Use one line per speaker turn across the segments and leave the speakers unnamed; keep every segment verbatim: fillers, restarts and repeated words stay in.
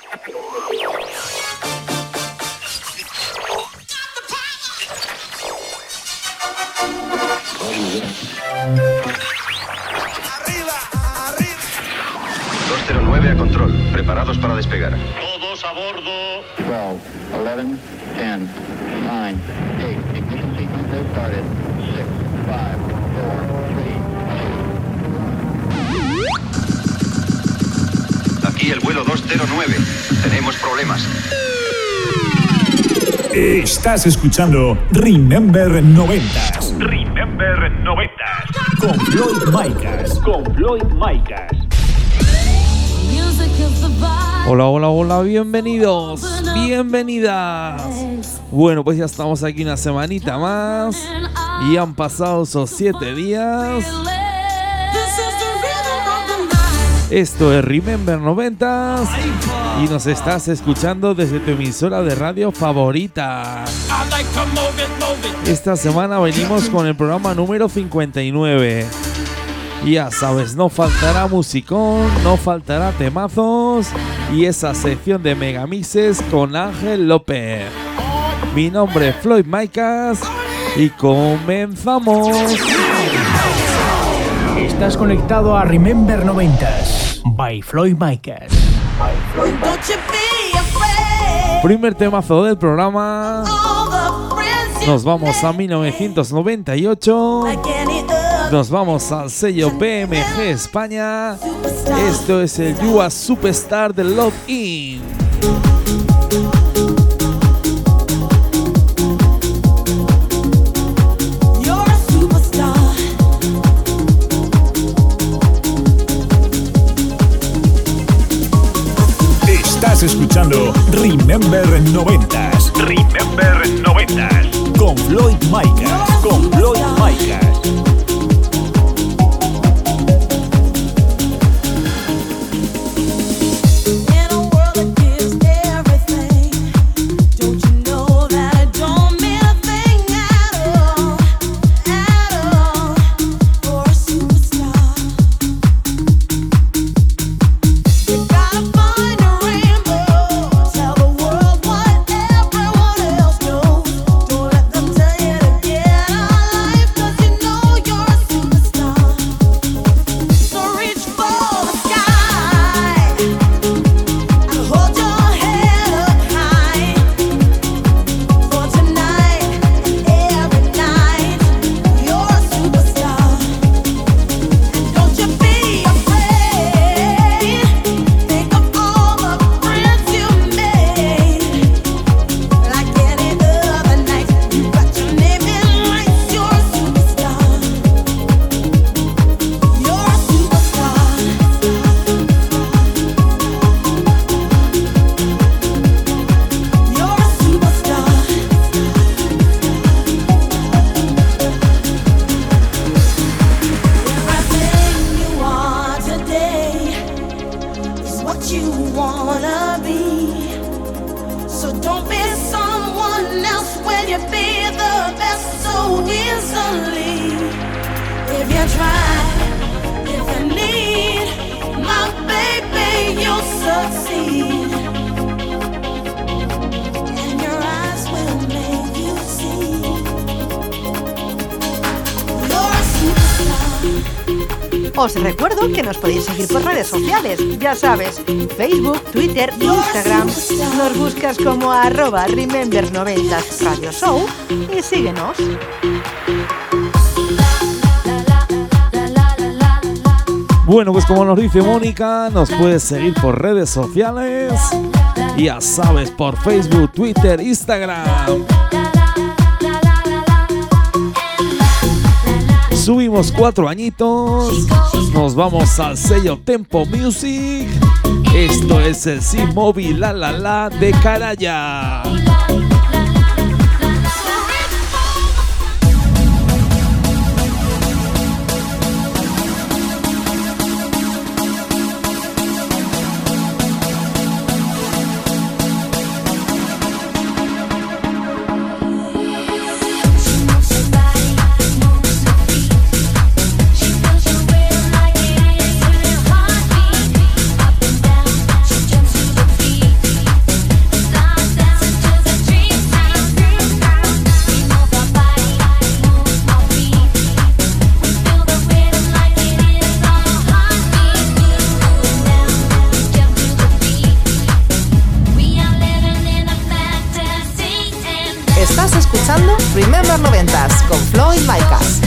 dos cero nueve a control, preparados para despegar.
Todos a bordo.
twelve, eleven, ten, nine, eight, ignition sequence has started. six, five, four, three.
Aquí el vuelo dos cero nueve. Tenemos problemas.
Estás escuchando Remember noventas.
Remember noventas.
Con Floyd Micas. Con Floyd Micas.
Hola, hola, hola, bienvenidos, bienvenidas. Bueno, pues ya estamos aquí una semanita más y han pasado esos siete días. Esto es Remember noventas y nos estás escuchando desde tu emisora de radio favorita. Esta semana venimos con el programa número cincuenta y nueve. Ya sabes, no faltará musicón, no faltará temazos y esa sección de megamixes con Ángel López. Mi nombre es Floyd Micas y comenzamos.
Estás conectado a Remember noventas by Floyd Micas.
Primer temazo del programa. Nos vamos a mil novecientos noventa y ocho. Nos vamos al sello B M G España. Esto es el You Are Superstar de Love In.
Estás escuchando Remember noventas.
Remember noventas.
Con Floyd Micas. Con Floyd Micas.
Os recuerdo que nos podéis seguir por redes sociales, ya sabes, Facebook, Twitter, Instagram. Nos buscas como arroba Remember noventas Radio Show y síguenos.
Bueno, pues como nos dice Mónica, nos puedes seguir por redes sociales, ya sabes, por Facebook, Twitter, Instagram. Subimos cuatro añitos, nos vamos al sello Tempo Music. Esto es el C-Móvil La La La de Caraya.
Beat.
Remember noventas con Floyd Micas.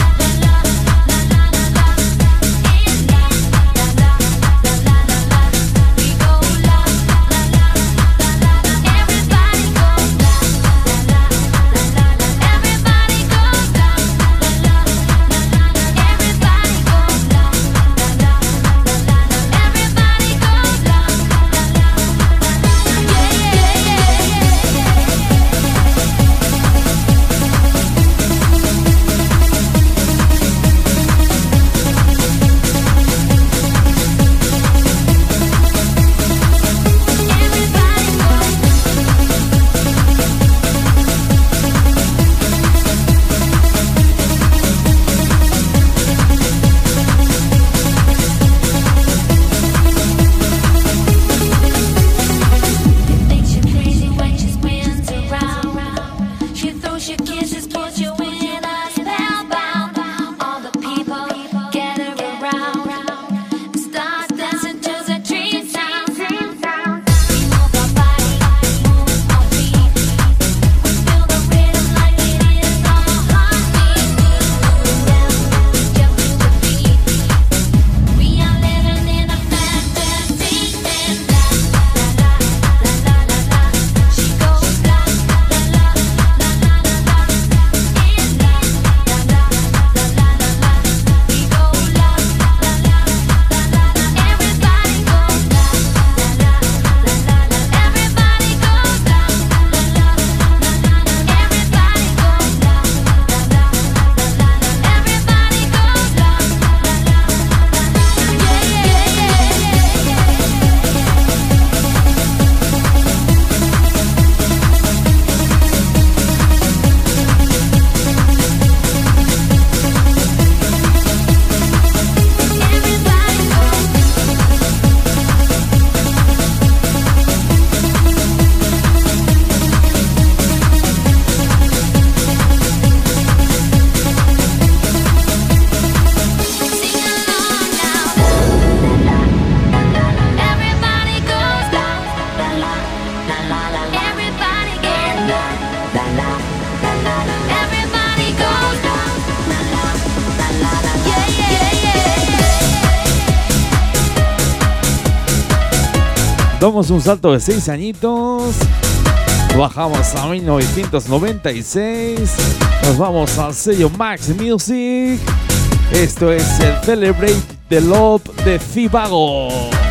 Damos un salto de seis añitos, bajamos a mil novecientos noventa y seis, nos vamos al sello Max Music. Esto es el Celebrate the Love de Zivago.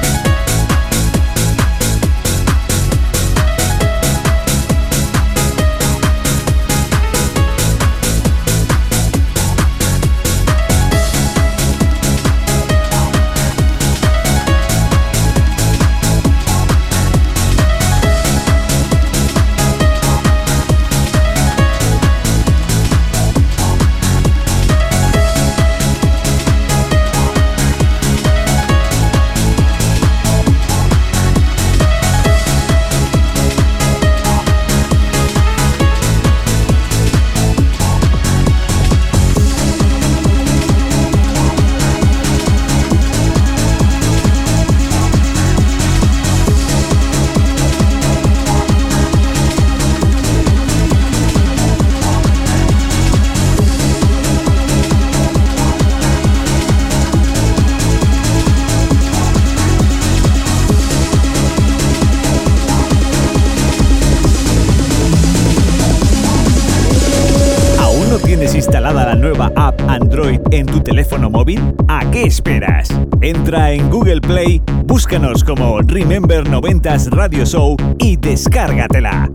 ¿Instalada la nueva app Android en tu teléfono móvil? ¿A qué esperas? Entra en Google Play, búscanos como Remember noventas Radio Show y descárgatela.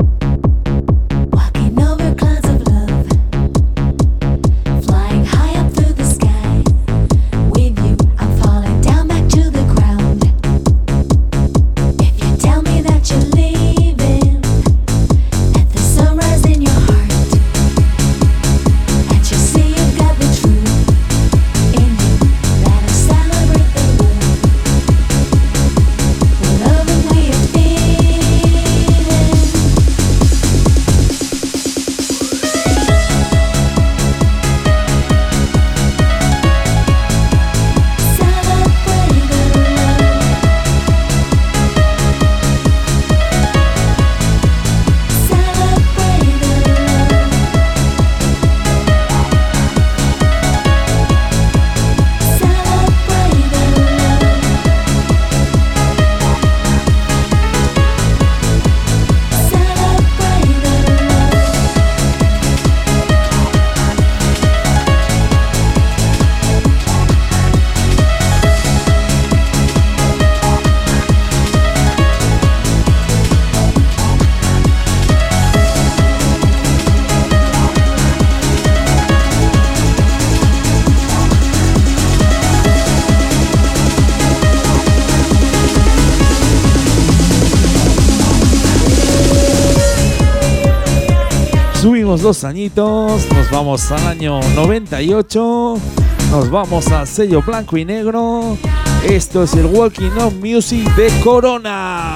Subimos dos añitos, nos vamos al año noventa y ocho, nos vamos al sello blanco y negro. Esto es el Walking on Music de Corona.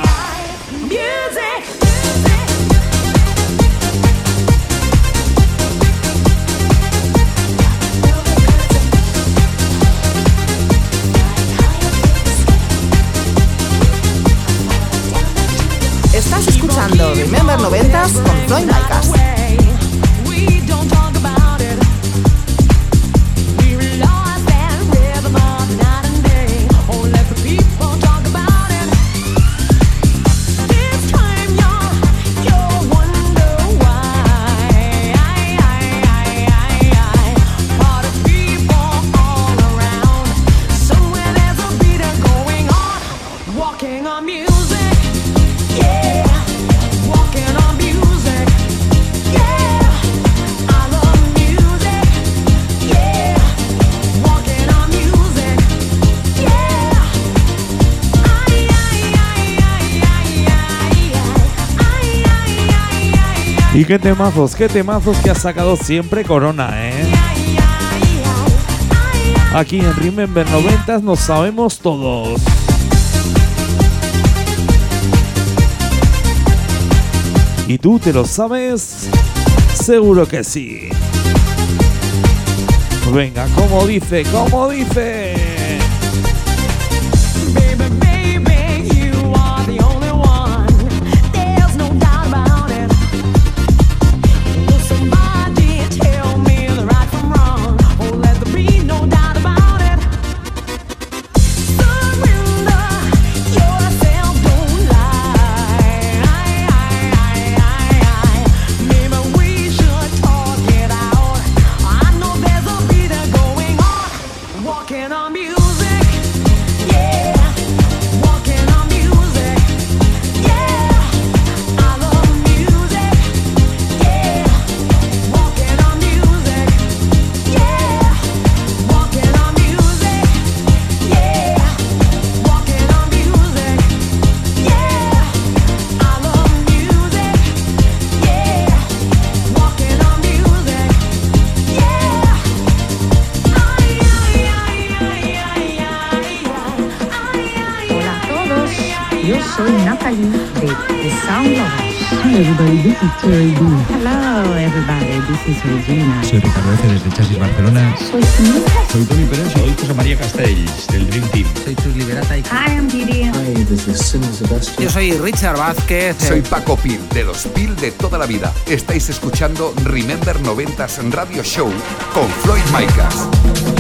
Estás escuchando Remember noventas con Floyd Micas.
Y qué temazos, qué temazos que ha sacado siempre Corona, ¿eh? Aquí en Remember noventas nos sabemos todos. ¿Y tú te lo sabes? Seguro que sí. Venga, como dice, como dice.
Hello, everybody. This is Regina.
Soy Ricardo F. desde Chasis Barcelona.
Soy Sunita.
Soy Toni Pérez. Soy José María Castells del Dream Team.
Soy Chus Liberata y...
I am Didi.
Hi, this is Simon Sebastian.
Yo soy Richard Vázquez.
Soy Paco Pil, de los Pil de toda la vida. Estáis escuchando Remember noventas Radio Show con Floyd Micas.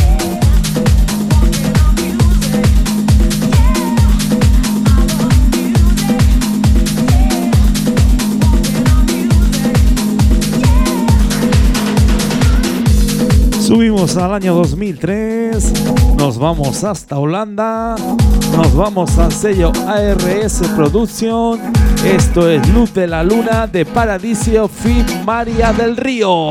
Subimos al año dos mil tres, nos vamos hasta Holanda, nos vamos al sello A R S Production. Esto es Luz de la Luna de Paradiso feat. María del Río.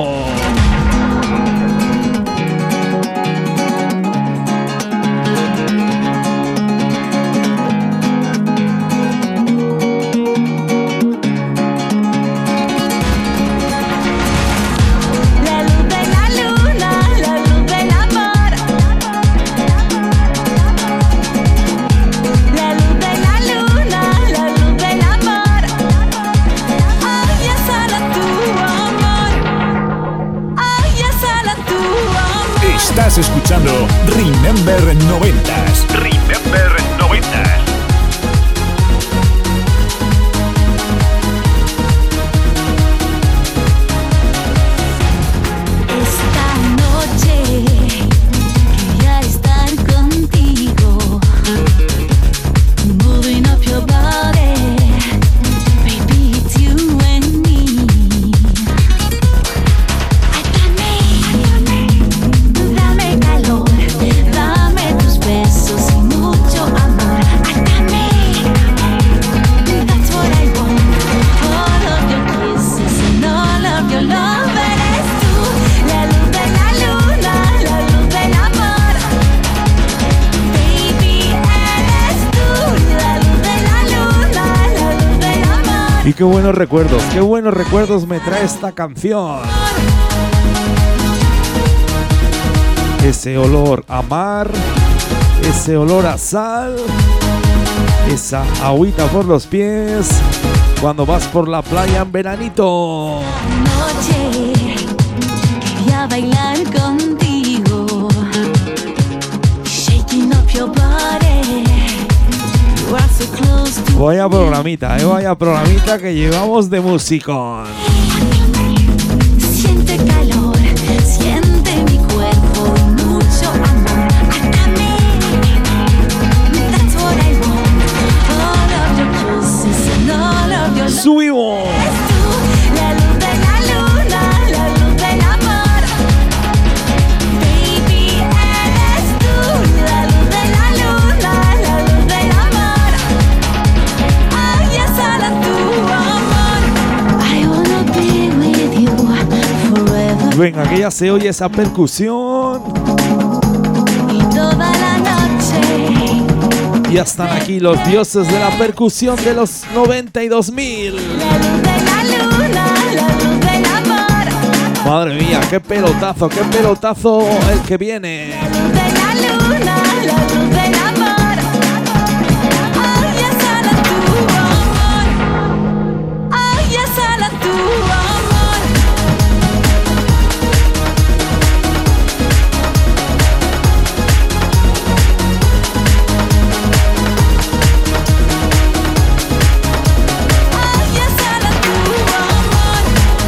Estás escuchando Remember noventas.
Remember noventas.
Esta noche quería estar contigo. Moving up your body, baby, it's you and me. Dame calor, dame tus besos y
Y qué buenos recuerdos, qué buenos recuerdos me trae esta canción. Ese olor a mar, ese olor a sal, esa agüita por los pies cuando vas por la playa en veranito.
Noche, quería bailar contigo, shaking up your body. You are so close to
Vaya programita, eh, vaya programita que llevamos de musicón.
Siente calor, siente mi cuerpo y mucho amor. Hágame, that's what I want. All of your kisses and all of your love.
¡Subimos!
Eres tú, la luz de la luna, la luz del amor. Baby, eres tú, la luz de la luna, la luz del amor. Ay, es solo tu amor. I wanna be with you forever.
Venga, que ya se oye esa percusión.
Y toda la noche.
Ya están aquí los dioses de la percusión de los noventa y dos mil.
La luz de la luna, la luz del amor.
Madre mía, qué pelotazo, qué pelotazo el que viene.
La luz de la luna, la luz del amor. Ay, es solo tu amor. Ay, es solo tu amor. Ay, es solo tu amor.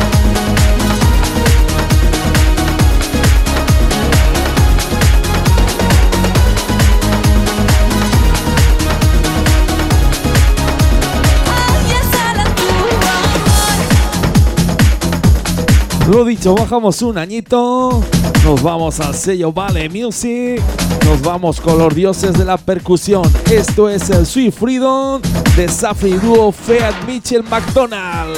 Ay, es solo tu amor.
Lo dicho, bajamos un añito. Nos vamos al sello Vale Music. Nos vamos con los dioses de la percusión. Esto es el Sweet Freedom de Safri Duo Feat Mitchell McDonald.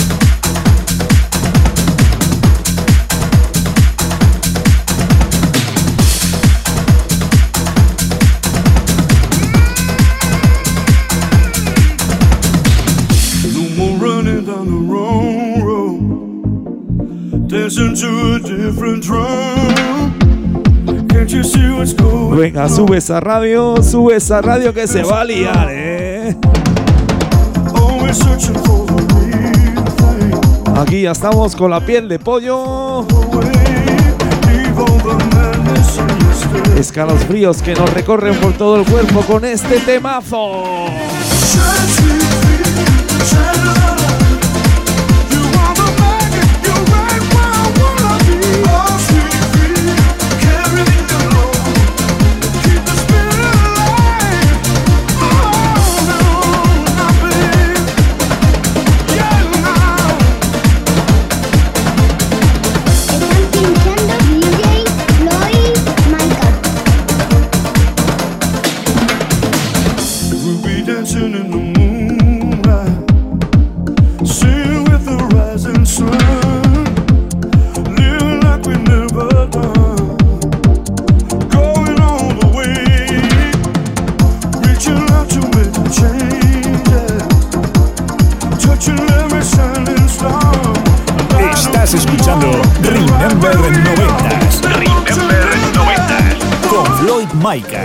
No more running down the wrong road, dancing to a different drum. Can't you see what's going on?
Venga, sube esa radio, sube esa radio que se va a liar, eh.
Always searching for the real thing.
Aquí ya estamos con la piel de pollo.
Leave all the madness in your step.
Escalofríos que nos recorren por todo el cuerpo con este temazo.
Shine, sweet feet, shine light. You are the magnet, you're right where I wanna be. Oh, sweet feet, carry me along. Keep the spirit alive. Oh, no, not babe. Yeah, now.
Están pinchando D J Floyd Micah.
We'll be dancing in the moonlight, singing with the rising sun, living like we never done, going all the way, reaching out to make a change, touching every shining star.
Estás escuchando Remember noventas.
Remember noventas.
Con Floyd Micah.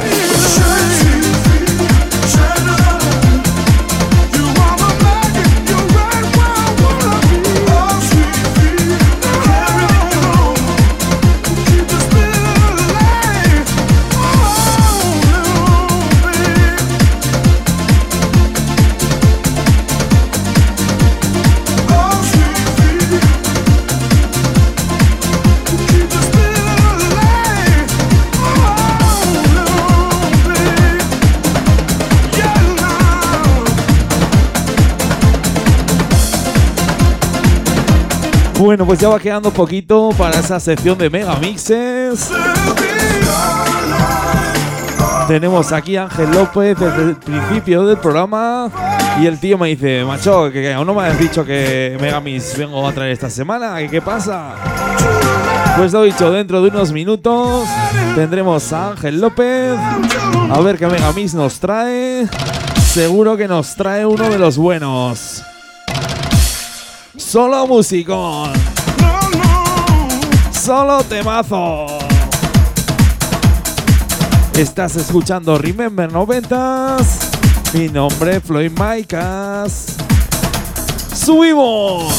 Bueno, pues ya va quedando poquito para esa sección de megamixes. Tenemos aquí a Ángel López desde el principio del programa. Y el tío me dice, macho, que, que aún no me has dicho que Megamix vengo a traer esta semana. ¿Qué, qué pasa? Pues lo dicho, dentro de unos minutos tendremos a Ángel López. A ver qué Megamix nos trae. Seguro que nos trae uno de los buenos. Solo musicón. Solo temazo. Estás escuchando Remember noventas. Mi nombre es Floyd Micas. ¡Subimos!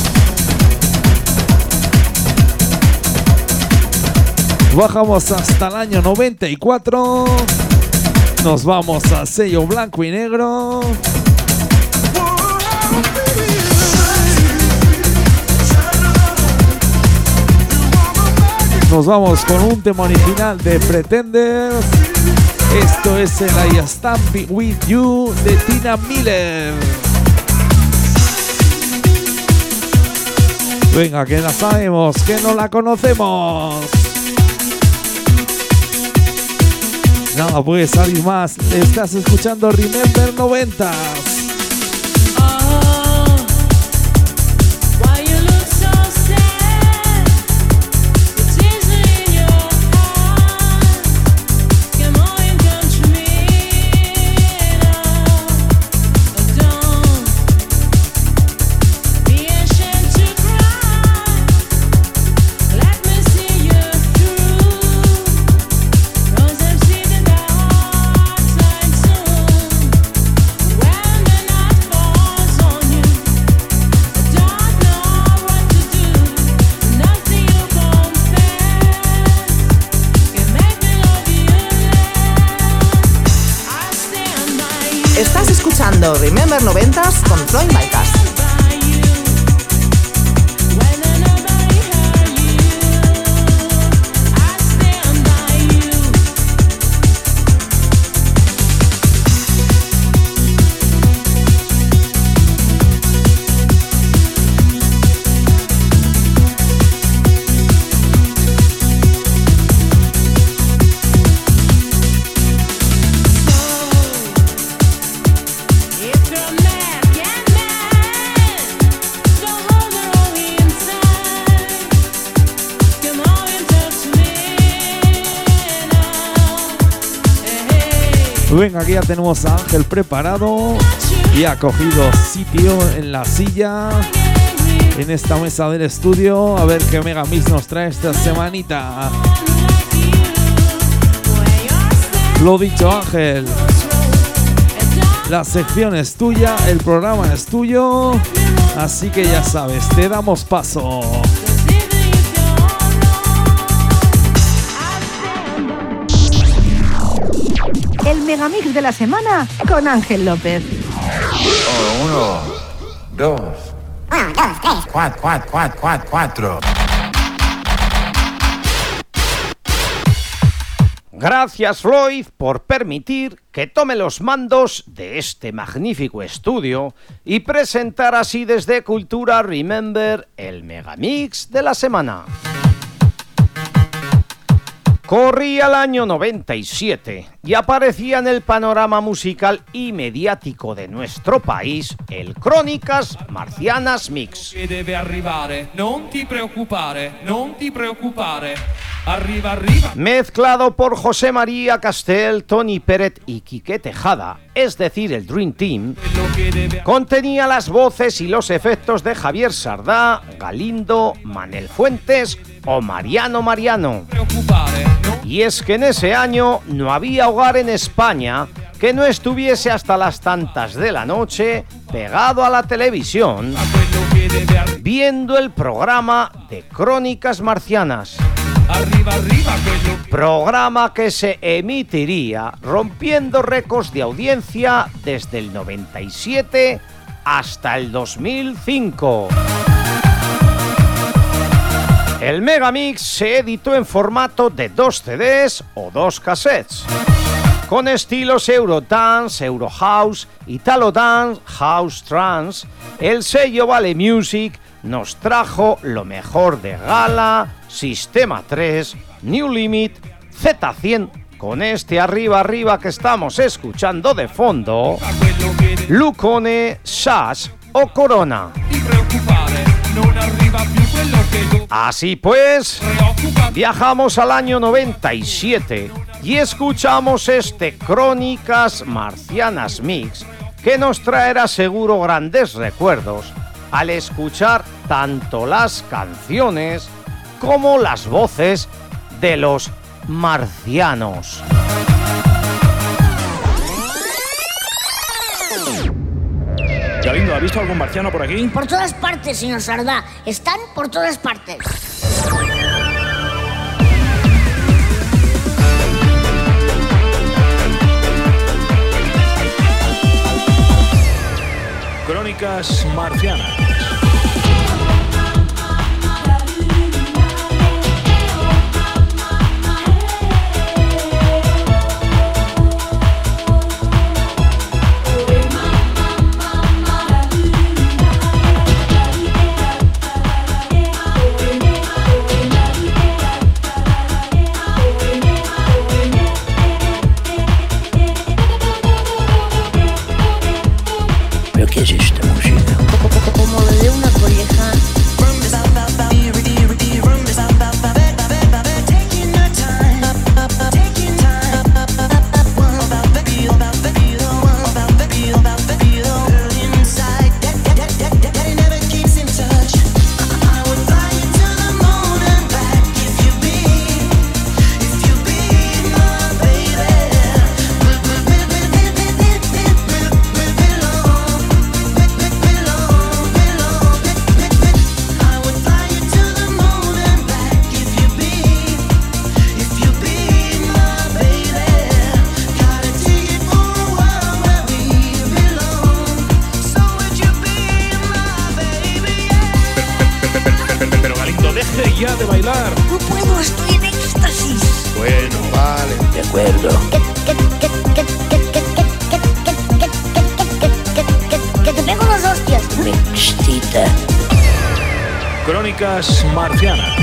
Bajamos hasta el año noventa y cuatro. Nos vamos al sello blanco y negro. Nos vamos con un tema original de Pretenders. Esto es el I Stand With You de Tina Miller. Venga, que la sabemos, que no la conocemos. Nada puede salir más. Estás escuchando Remember noventas.
Estás escuchando Remember noventas con Floyd Micas.
Venga, aquí ya tenemos a Ángel preparado y ha cogido sitio en la silla en esta mesa del estudio. A ver qué Megamix nos trae esta semanita. Lo dicho, Ángel, la sección es tuya, el programa es tuyo, así que ya sabes, te damos paso.
El Megamix de la semana con Ángel López.
Oh, uno, dos, uno, dos, tres, cuatro, cuatro, cuatro, cuatro, cuatro.
Gracias, Floyd, por permitir que tome los mandos de este magnífico estudio y presentar así desde Cultura Remember el Megamix de la semana. Corría el año noventa y siete y aparecía en el panorama musical y mediático de nuestro país el Crónicas Marcianas Mix.
Che deve arrivare, non ti preoccupare, non ti preoccupare. Arriba, arriba.
Mezclado por José María Castel, Tony Peret y Quique Tejada, es decir, el Dream Team, contenía las voces y los efectos de Javier Sardá, Galindo, Manel Fuentes o Mariano Mariano. Y es que en ese año no había hogar en España que no estuviese hasta las tantas de la noche pegado a la televisión viendo el programa de Crónicas Marcianas.
Arriba, arriba,
Programa que se emitiría rompiendo récords de audiencia desde el noventa y siete hasta el dos mil cinco. El Megamix se editó en formato de dos C Ds o dos cassettes, con estilos Eurodance, Eurohouse, Italo Dance, House Trance. El sello Vale Music nos trajo lo mejor de Gala, Sistema tres, New Limit, Z cien, con este arriba arriba que estamos escuchando de fondo, Lucone, Sash o Corona. Así pues, viajamos al año noventa y siete y escuchamos este Crónicas Marcianas Mix que nos traerá seguro grandes recuerdos al escuchar tanto las canciones como las voces de los marcianos.
Galindo, ¿ha visto algún marciano por aquí?
Por todas partes, señor Sardá. Están por todas partes.
Crónicas marcianas.
¿Pero qué es esta música? Como le dé una colleja.
Pero Galindo, deje ya de bailar.
No puedo, estoy en éxtasis.
Bueno, vale.
De acuerdo. Que te pego las hostias. Me excita.
Crónicas marcianas.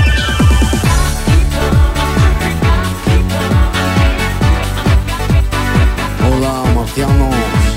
Hola, marcianos.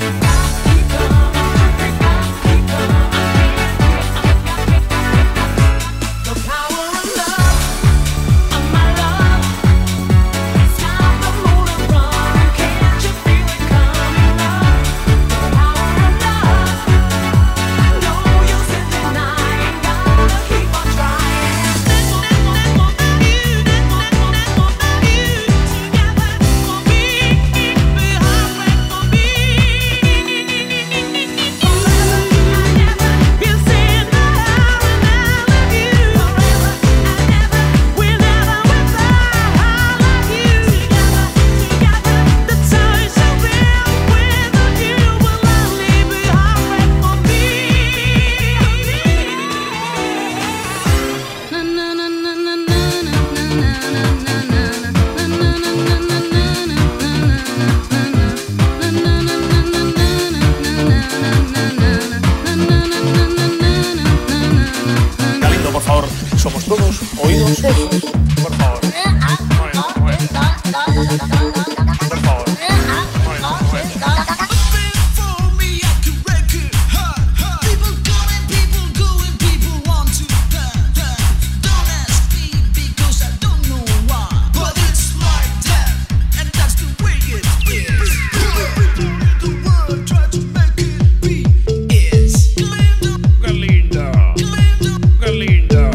Galindo, por favor, somos todos oídos. Por favor. Por favor. Galindo. Galindo.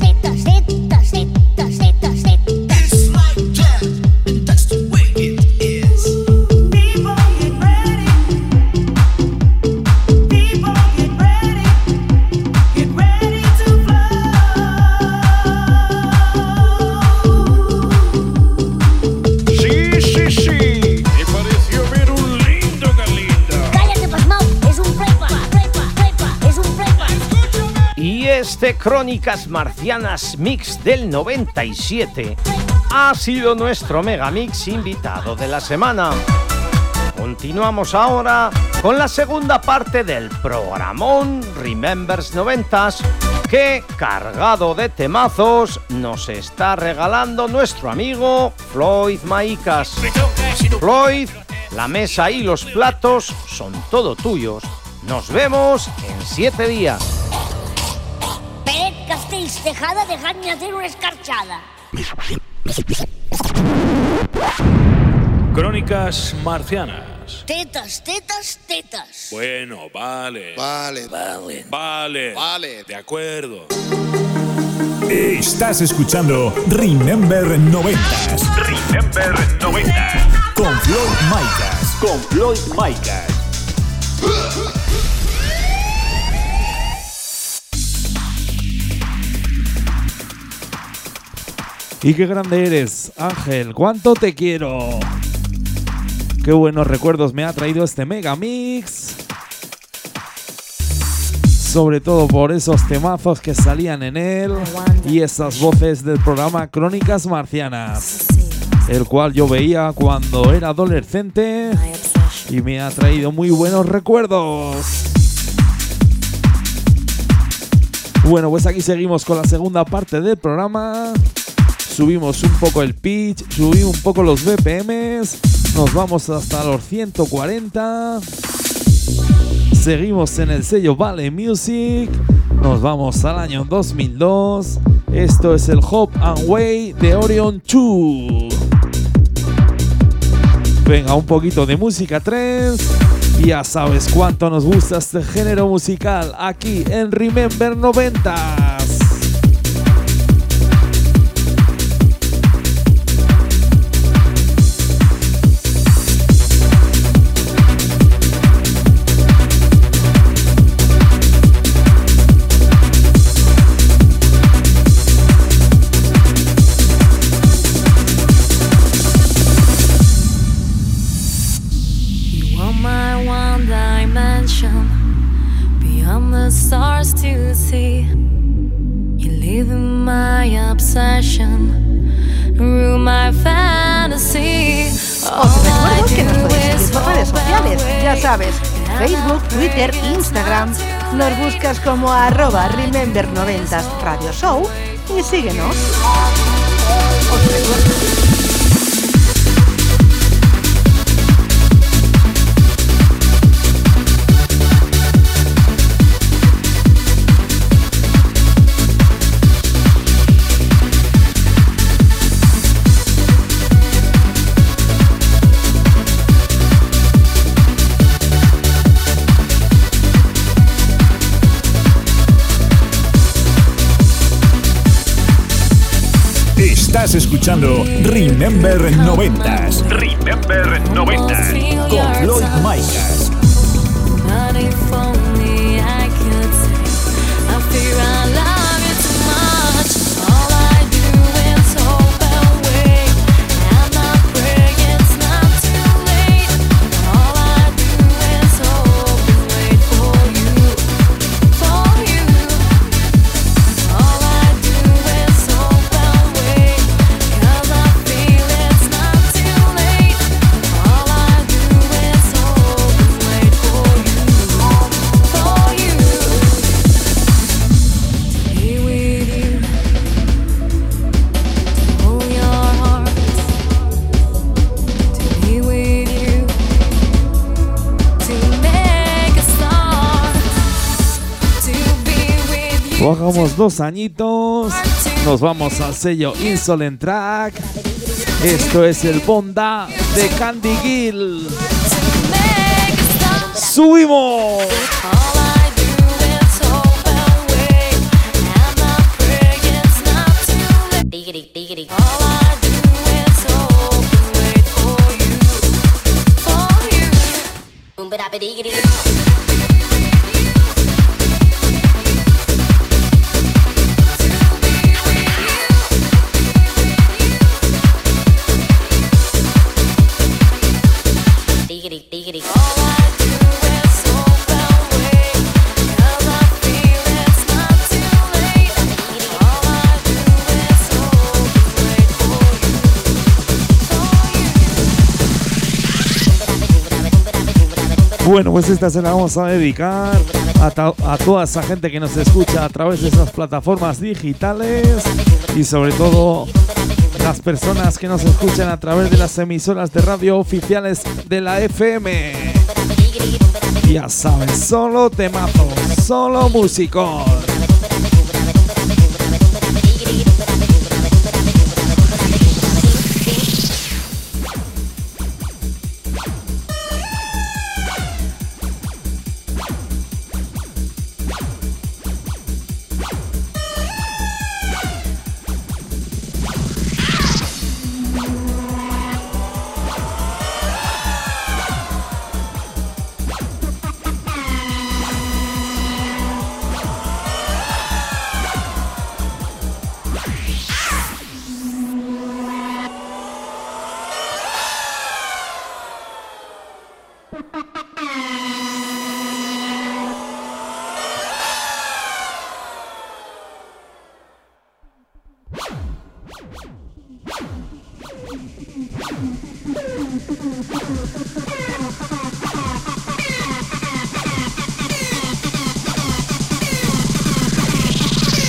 Sí, sí, sí. Me pareció ver un lindo Galindo.
Cállate, pasmao. Es un prepa. Prepa, prepa. Es un prepa.
Y este Crónicas Marcianas Mix del noventa y siete ha sido nuestro Megamix invitado de la semana. Continuamos ahora con la segunda parte del programón Remembers noventas que, cargado de temazos, nos está regalando nuestro amigo Floyd Maicas. Floyd, la mesa y los platos son todo tuyos. Nos vemos en siete días.
Peret Castells Tejada, dejadme hacer una escarchada.
Crónicas marcianas. tetas.
Tetas, tetas, tetas.
Bueno, vale.
Vale.
Vale. Vale.
Vale.
De acuerdo.
Estás escuchando Remember noventas.
Remember noventas.
Con Floyd Micas. Con Floyd Micas.
Y qué grande eres, Ángel. ¿Cuánto te quiero? Qué buenos recuerdos me ha traído este Megamix. Sobre todo por esos temazos que salían en él y esas voces del programa Crónicas Marcianas, el cual yo veía cuando era adolescente y me ha traído muy buenos recuerdos. Bueno, pues aquí seguimos con la segunda parte del programa. Subimos un poco el pitch, subimos un poco los B P Ms, nos vamos hasta los ciento cuarenta. Seguimos en el sello Vale Music, nos vamos al año dos mil dos. Esto es el Hop and Way de Orion dos. Venga, un poquito de música trance. Ya sabes cuánto nos gusta este género musical aquí en Remember noventas.
Beyond the stars to see, you live in my obsession, rule my fantasy.
Os recuerdo que nos podéis seguir por redes sociales, ya sabes, Facebook, Twitter, Instagram. Nos buscas como arroba Remember noventas Radio Show y síguenos. Os recuerdo.
Estás escuchando Remember noventas.
Remember noventas.
Con Floyd Micas.
Bajamos dos añitos, nos vamos al sello Insolent Track. Esto es el Bonda de Candy Gill. ¡Subimos! Bueno, pues esta se la vamos a dedicar a, ta- a toda esa gente que nos escucha a través de esas plataformas digitales y sobre todo las personas que nos escuchan a través de las emisoras de radio oficiales de la F M. Ya sabes, solo temazos, solo músicos.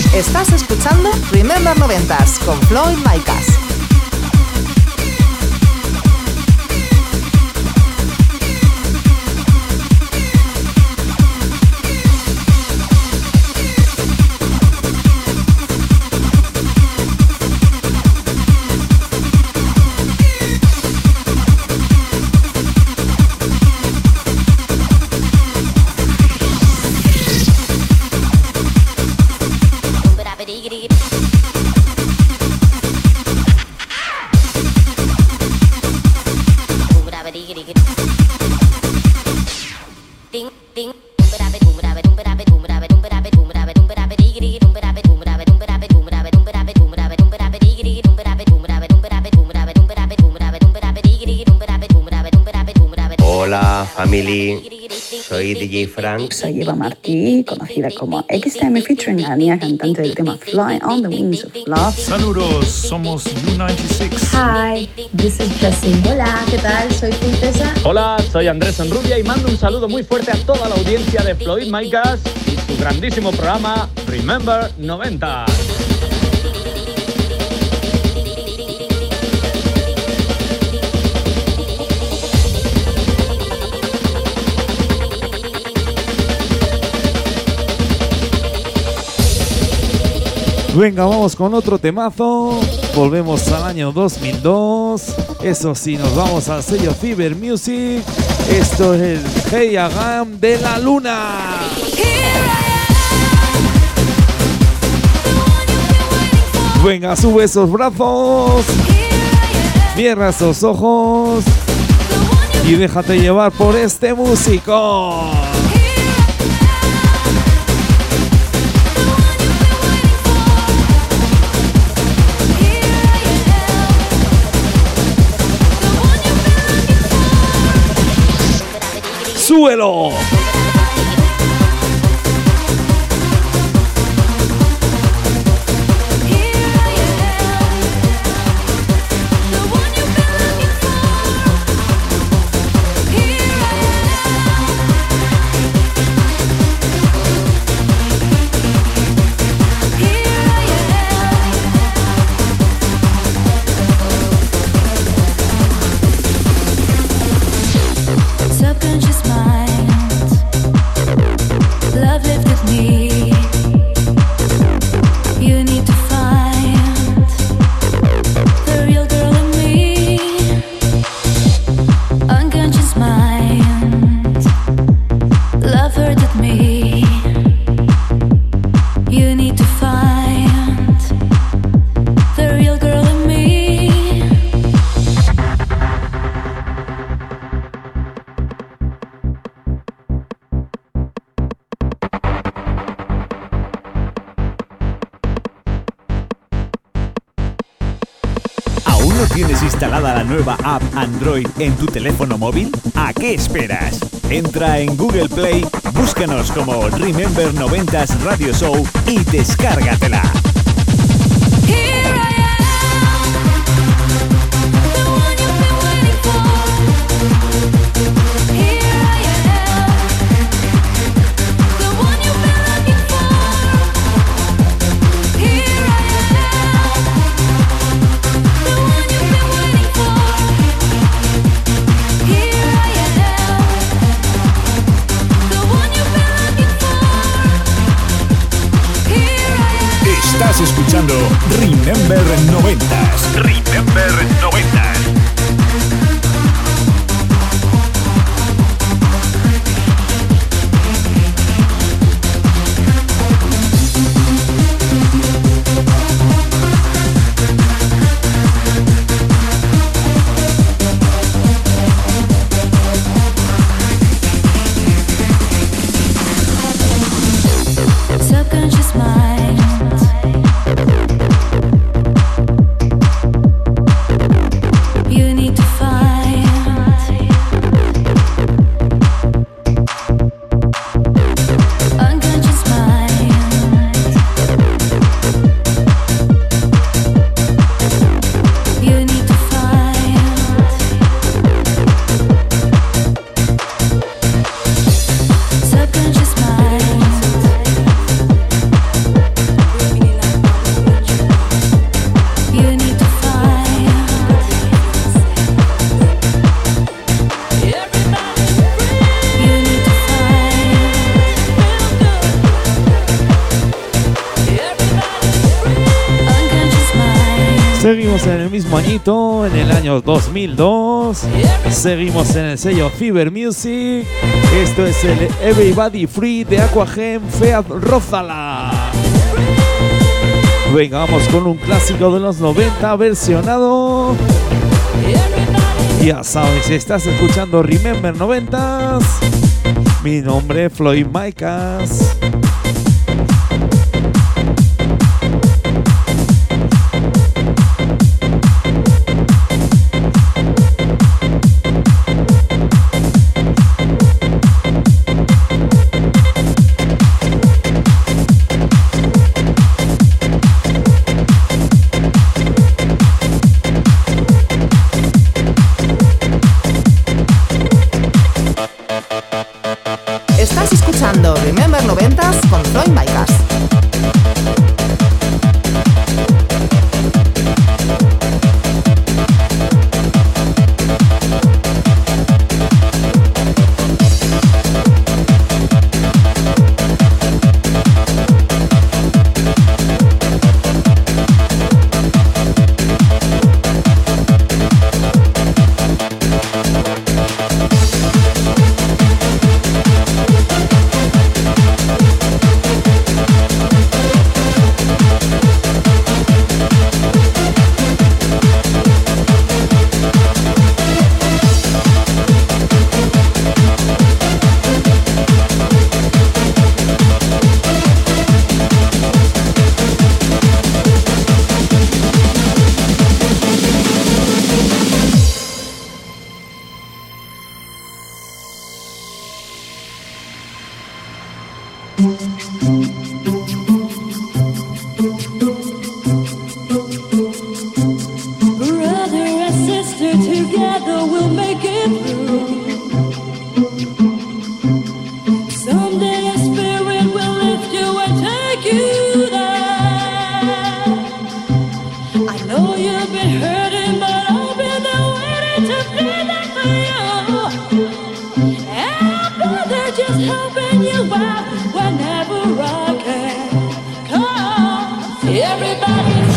Estás escuchando Remember noventas con Floyd Micas.
Hola, family. Soy D J Frank.
Soy Eva Martí, conocida como X T M featuring Ania, cantante del tema Fly on the Wings of Love.
Saludos, somos U noventa y seis.
Hi, this is Jessie. Hola, ¿qué tal? Soy Princesa.
Hola, soy Andrés Enrubia y mando un saludo muy fuerte a toda la audiencia de Floyd Micas y su grandísimo programa Remember noventa.
Venga, vamos con otro temazo. Volvemos al año dos mil dos. Eso sí, nos vamos al sello Fever Music. Esto es el Hey Agam de la Luna. Venga, sube esos brazos, cierra esos ojos y déjate llevar por este músico. ¡Súbelo!
Subconscious mind, love lifted me. You need to find the real girl in me. Unconscious mind, love hurted me. You need to find the real girl in me.
¿Aún no tienes instalada la nueva app Android en tu teléfono móvil? ¿A qué esperas? Entra en Google Play, búscanos como Remember noventas Radio Show y descárgatela. Estás escuchando Remember noventas.
Remember noventas.
Subconscious mind, you need
Seguimos en el mismo añito, en el año dos mil dos. Seguimos en el sello Fever Music. Esto es el Everybody Free de Aquagem Feat Rózala. Venga, vamos con un clásico de los noventa versionado. Ya sabes, estás escuchando Remember noventas. Mi nombre es Floyd Micas.
Estás escuchando Remember noventas con Floyd Micas.
Brother and sister, together we'll make it through. Someday a spirit will lift you and take you there. I know you've been hurting, but I'll be there waiting to be there for you. And brother, just helping you out whenever I can. Come on, everybody's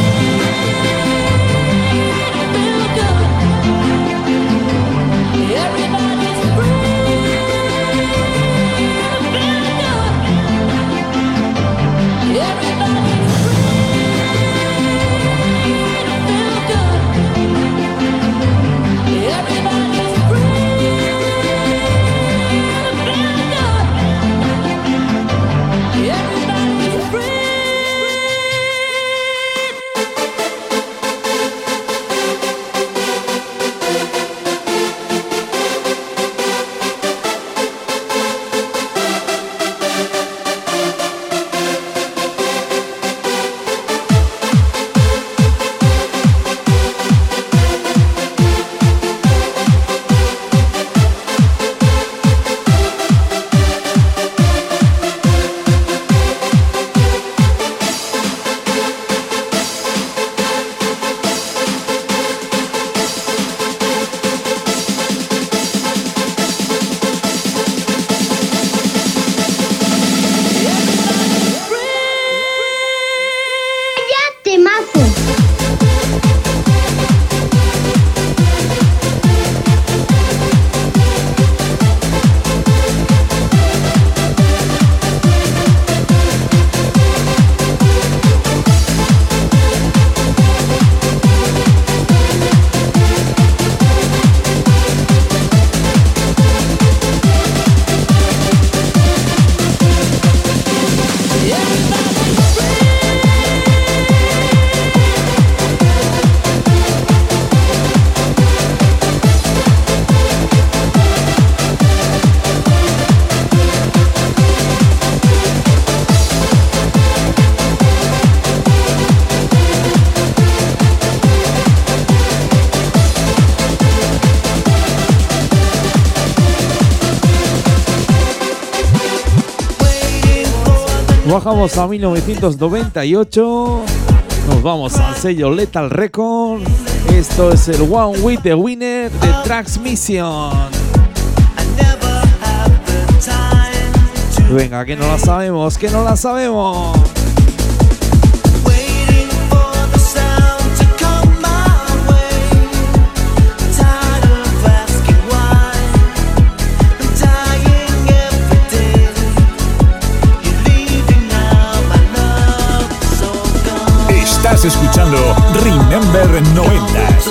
Bajamos a mil novecientos noventa y ocho. Nos vamos al sello Lethal Record. Esto es el One with the Winner de Transmission. Venga, que no la sabemos, que no la sabemos.
Waiting for the sound to
Estás escuchando Remember noventas.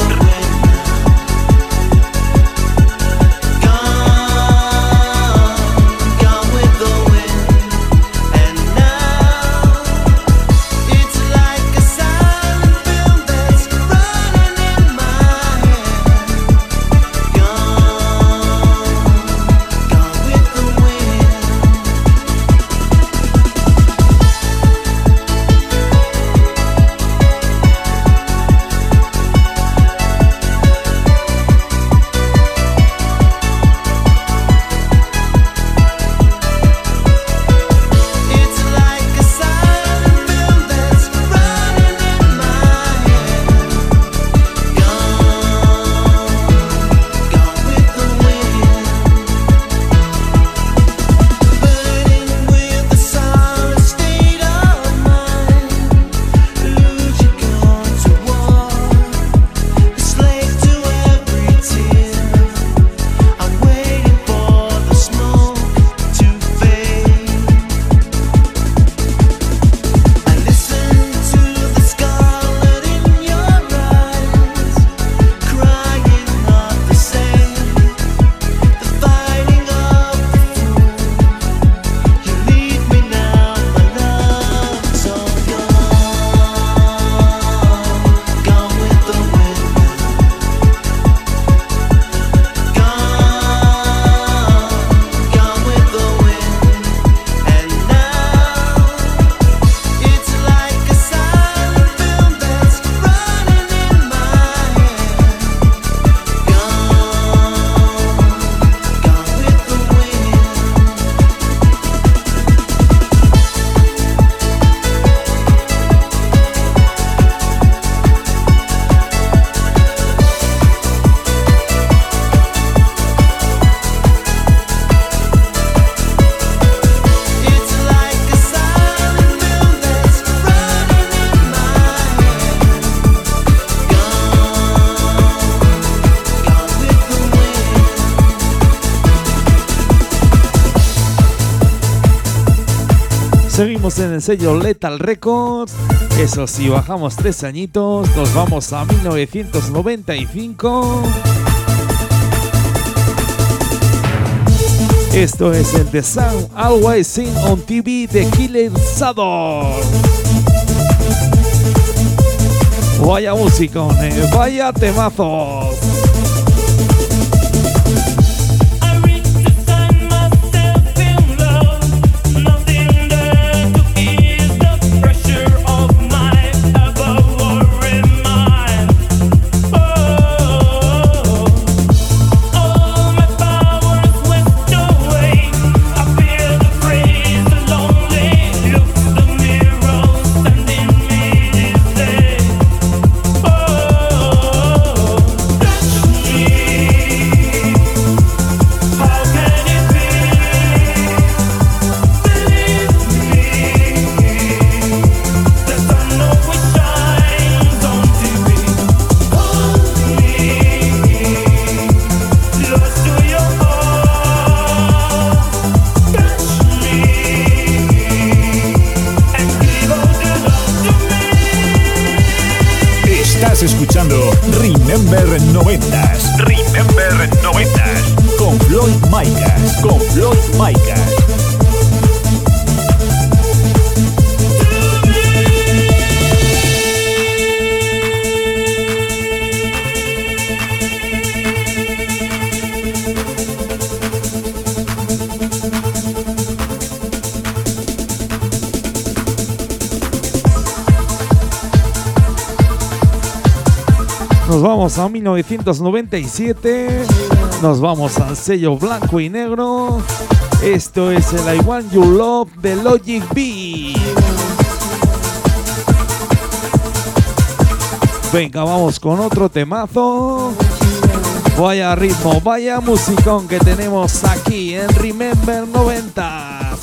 Seguimos en el sello Lethal Records. Eso sí, bajamos tres añitos. Nos vamos a mil novecientos noventa y cinco. Esto es el The Sound Always Seen on T V de Killer Sador. Vaya musicones, vaya temazos.
Escuchando Remember noventas.
Remember noventas.
Con Floyd Micas. Con Floyd Micas.
Nos vamos a mil novecientos noventa y siete. Nos vamos al sello blanco y negro. Esto es el I Want You Love de Logic B. Venga, vamos con otro temazo. Vaya ritmo, vaya musicón que tenemos aquí en Remember noventas.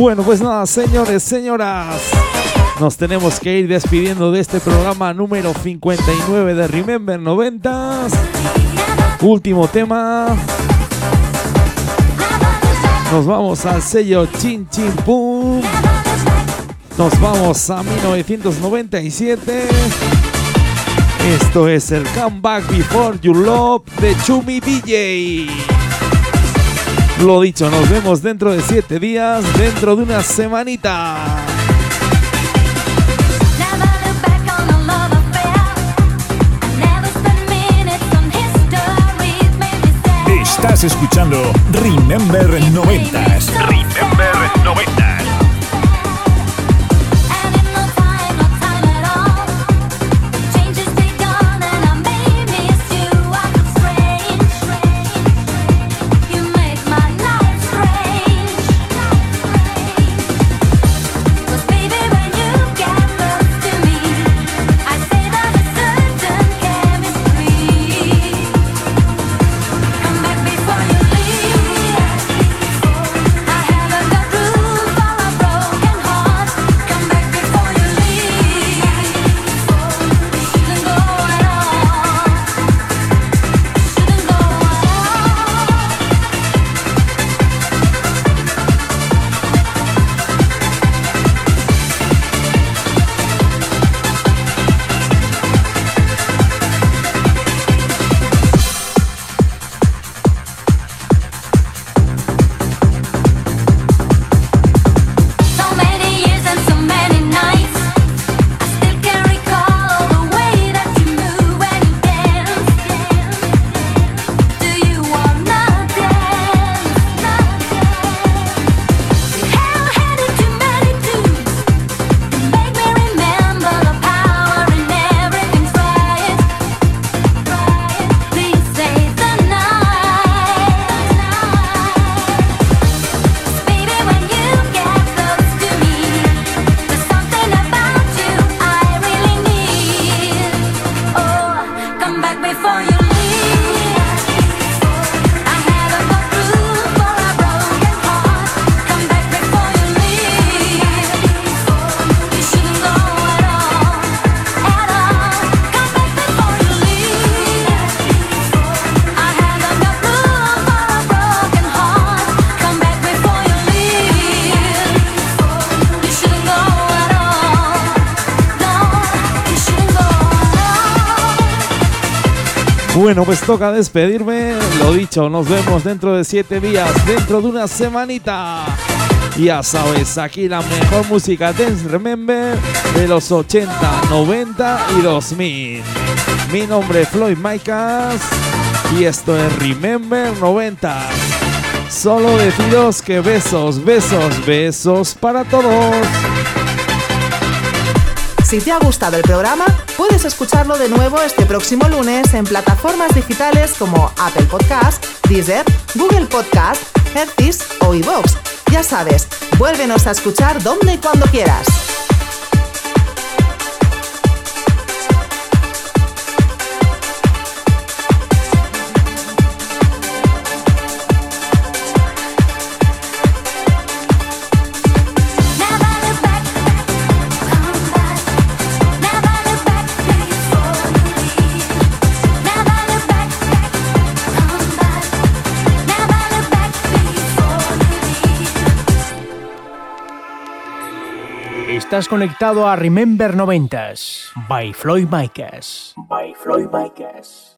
Bueno, pues nada, señores, señoras, nos tenemos que ir despidiendo de este programa número cincuenta y nueve de Remember noventas. Último tema. Nos vamos al sello Chin Chin Pum. Nos vamos a mil novecientos noventa y siete. Esto es el Come Back Before You Love de Chumi D J. Lo dicho, nos vemos dentro de siete días, dentro de una semanita.
Estás escuchando Remember noventas.
Remember noventas.
Bueno, pues toca despedirme. Lo dicho, nos vemos dentro de siete días, dentro de una semanita. Ya sabes, aquí la mejor música Dance Remember de los ochenta, noventa y dos mil. Mi nombre es Floyd Micas y esto es Remember noventa. Solo deciros que besos, besos, besos para todos.
Si te ha gustado el programa, puedes escucharlo de nuevo este próximo lunes en plataformas digitales como Apple Podcast, Deezer, Google Podcast, Hertis o iVoox. Ya sabes, vuélvenos a escuchar donde y cuando quieras.
Estás conectado a Remember noventas by Floyd Micas. By Floyd Micas.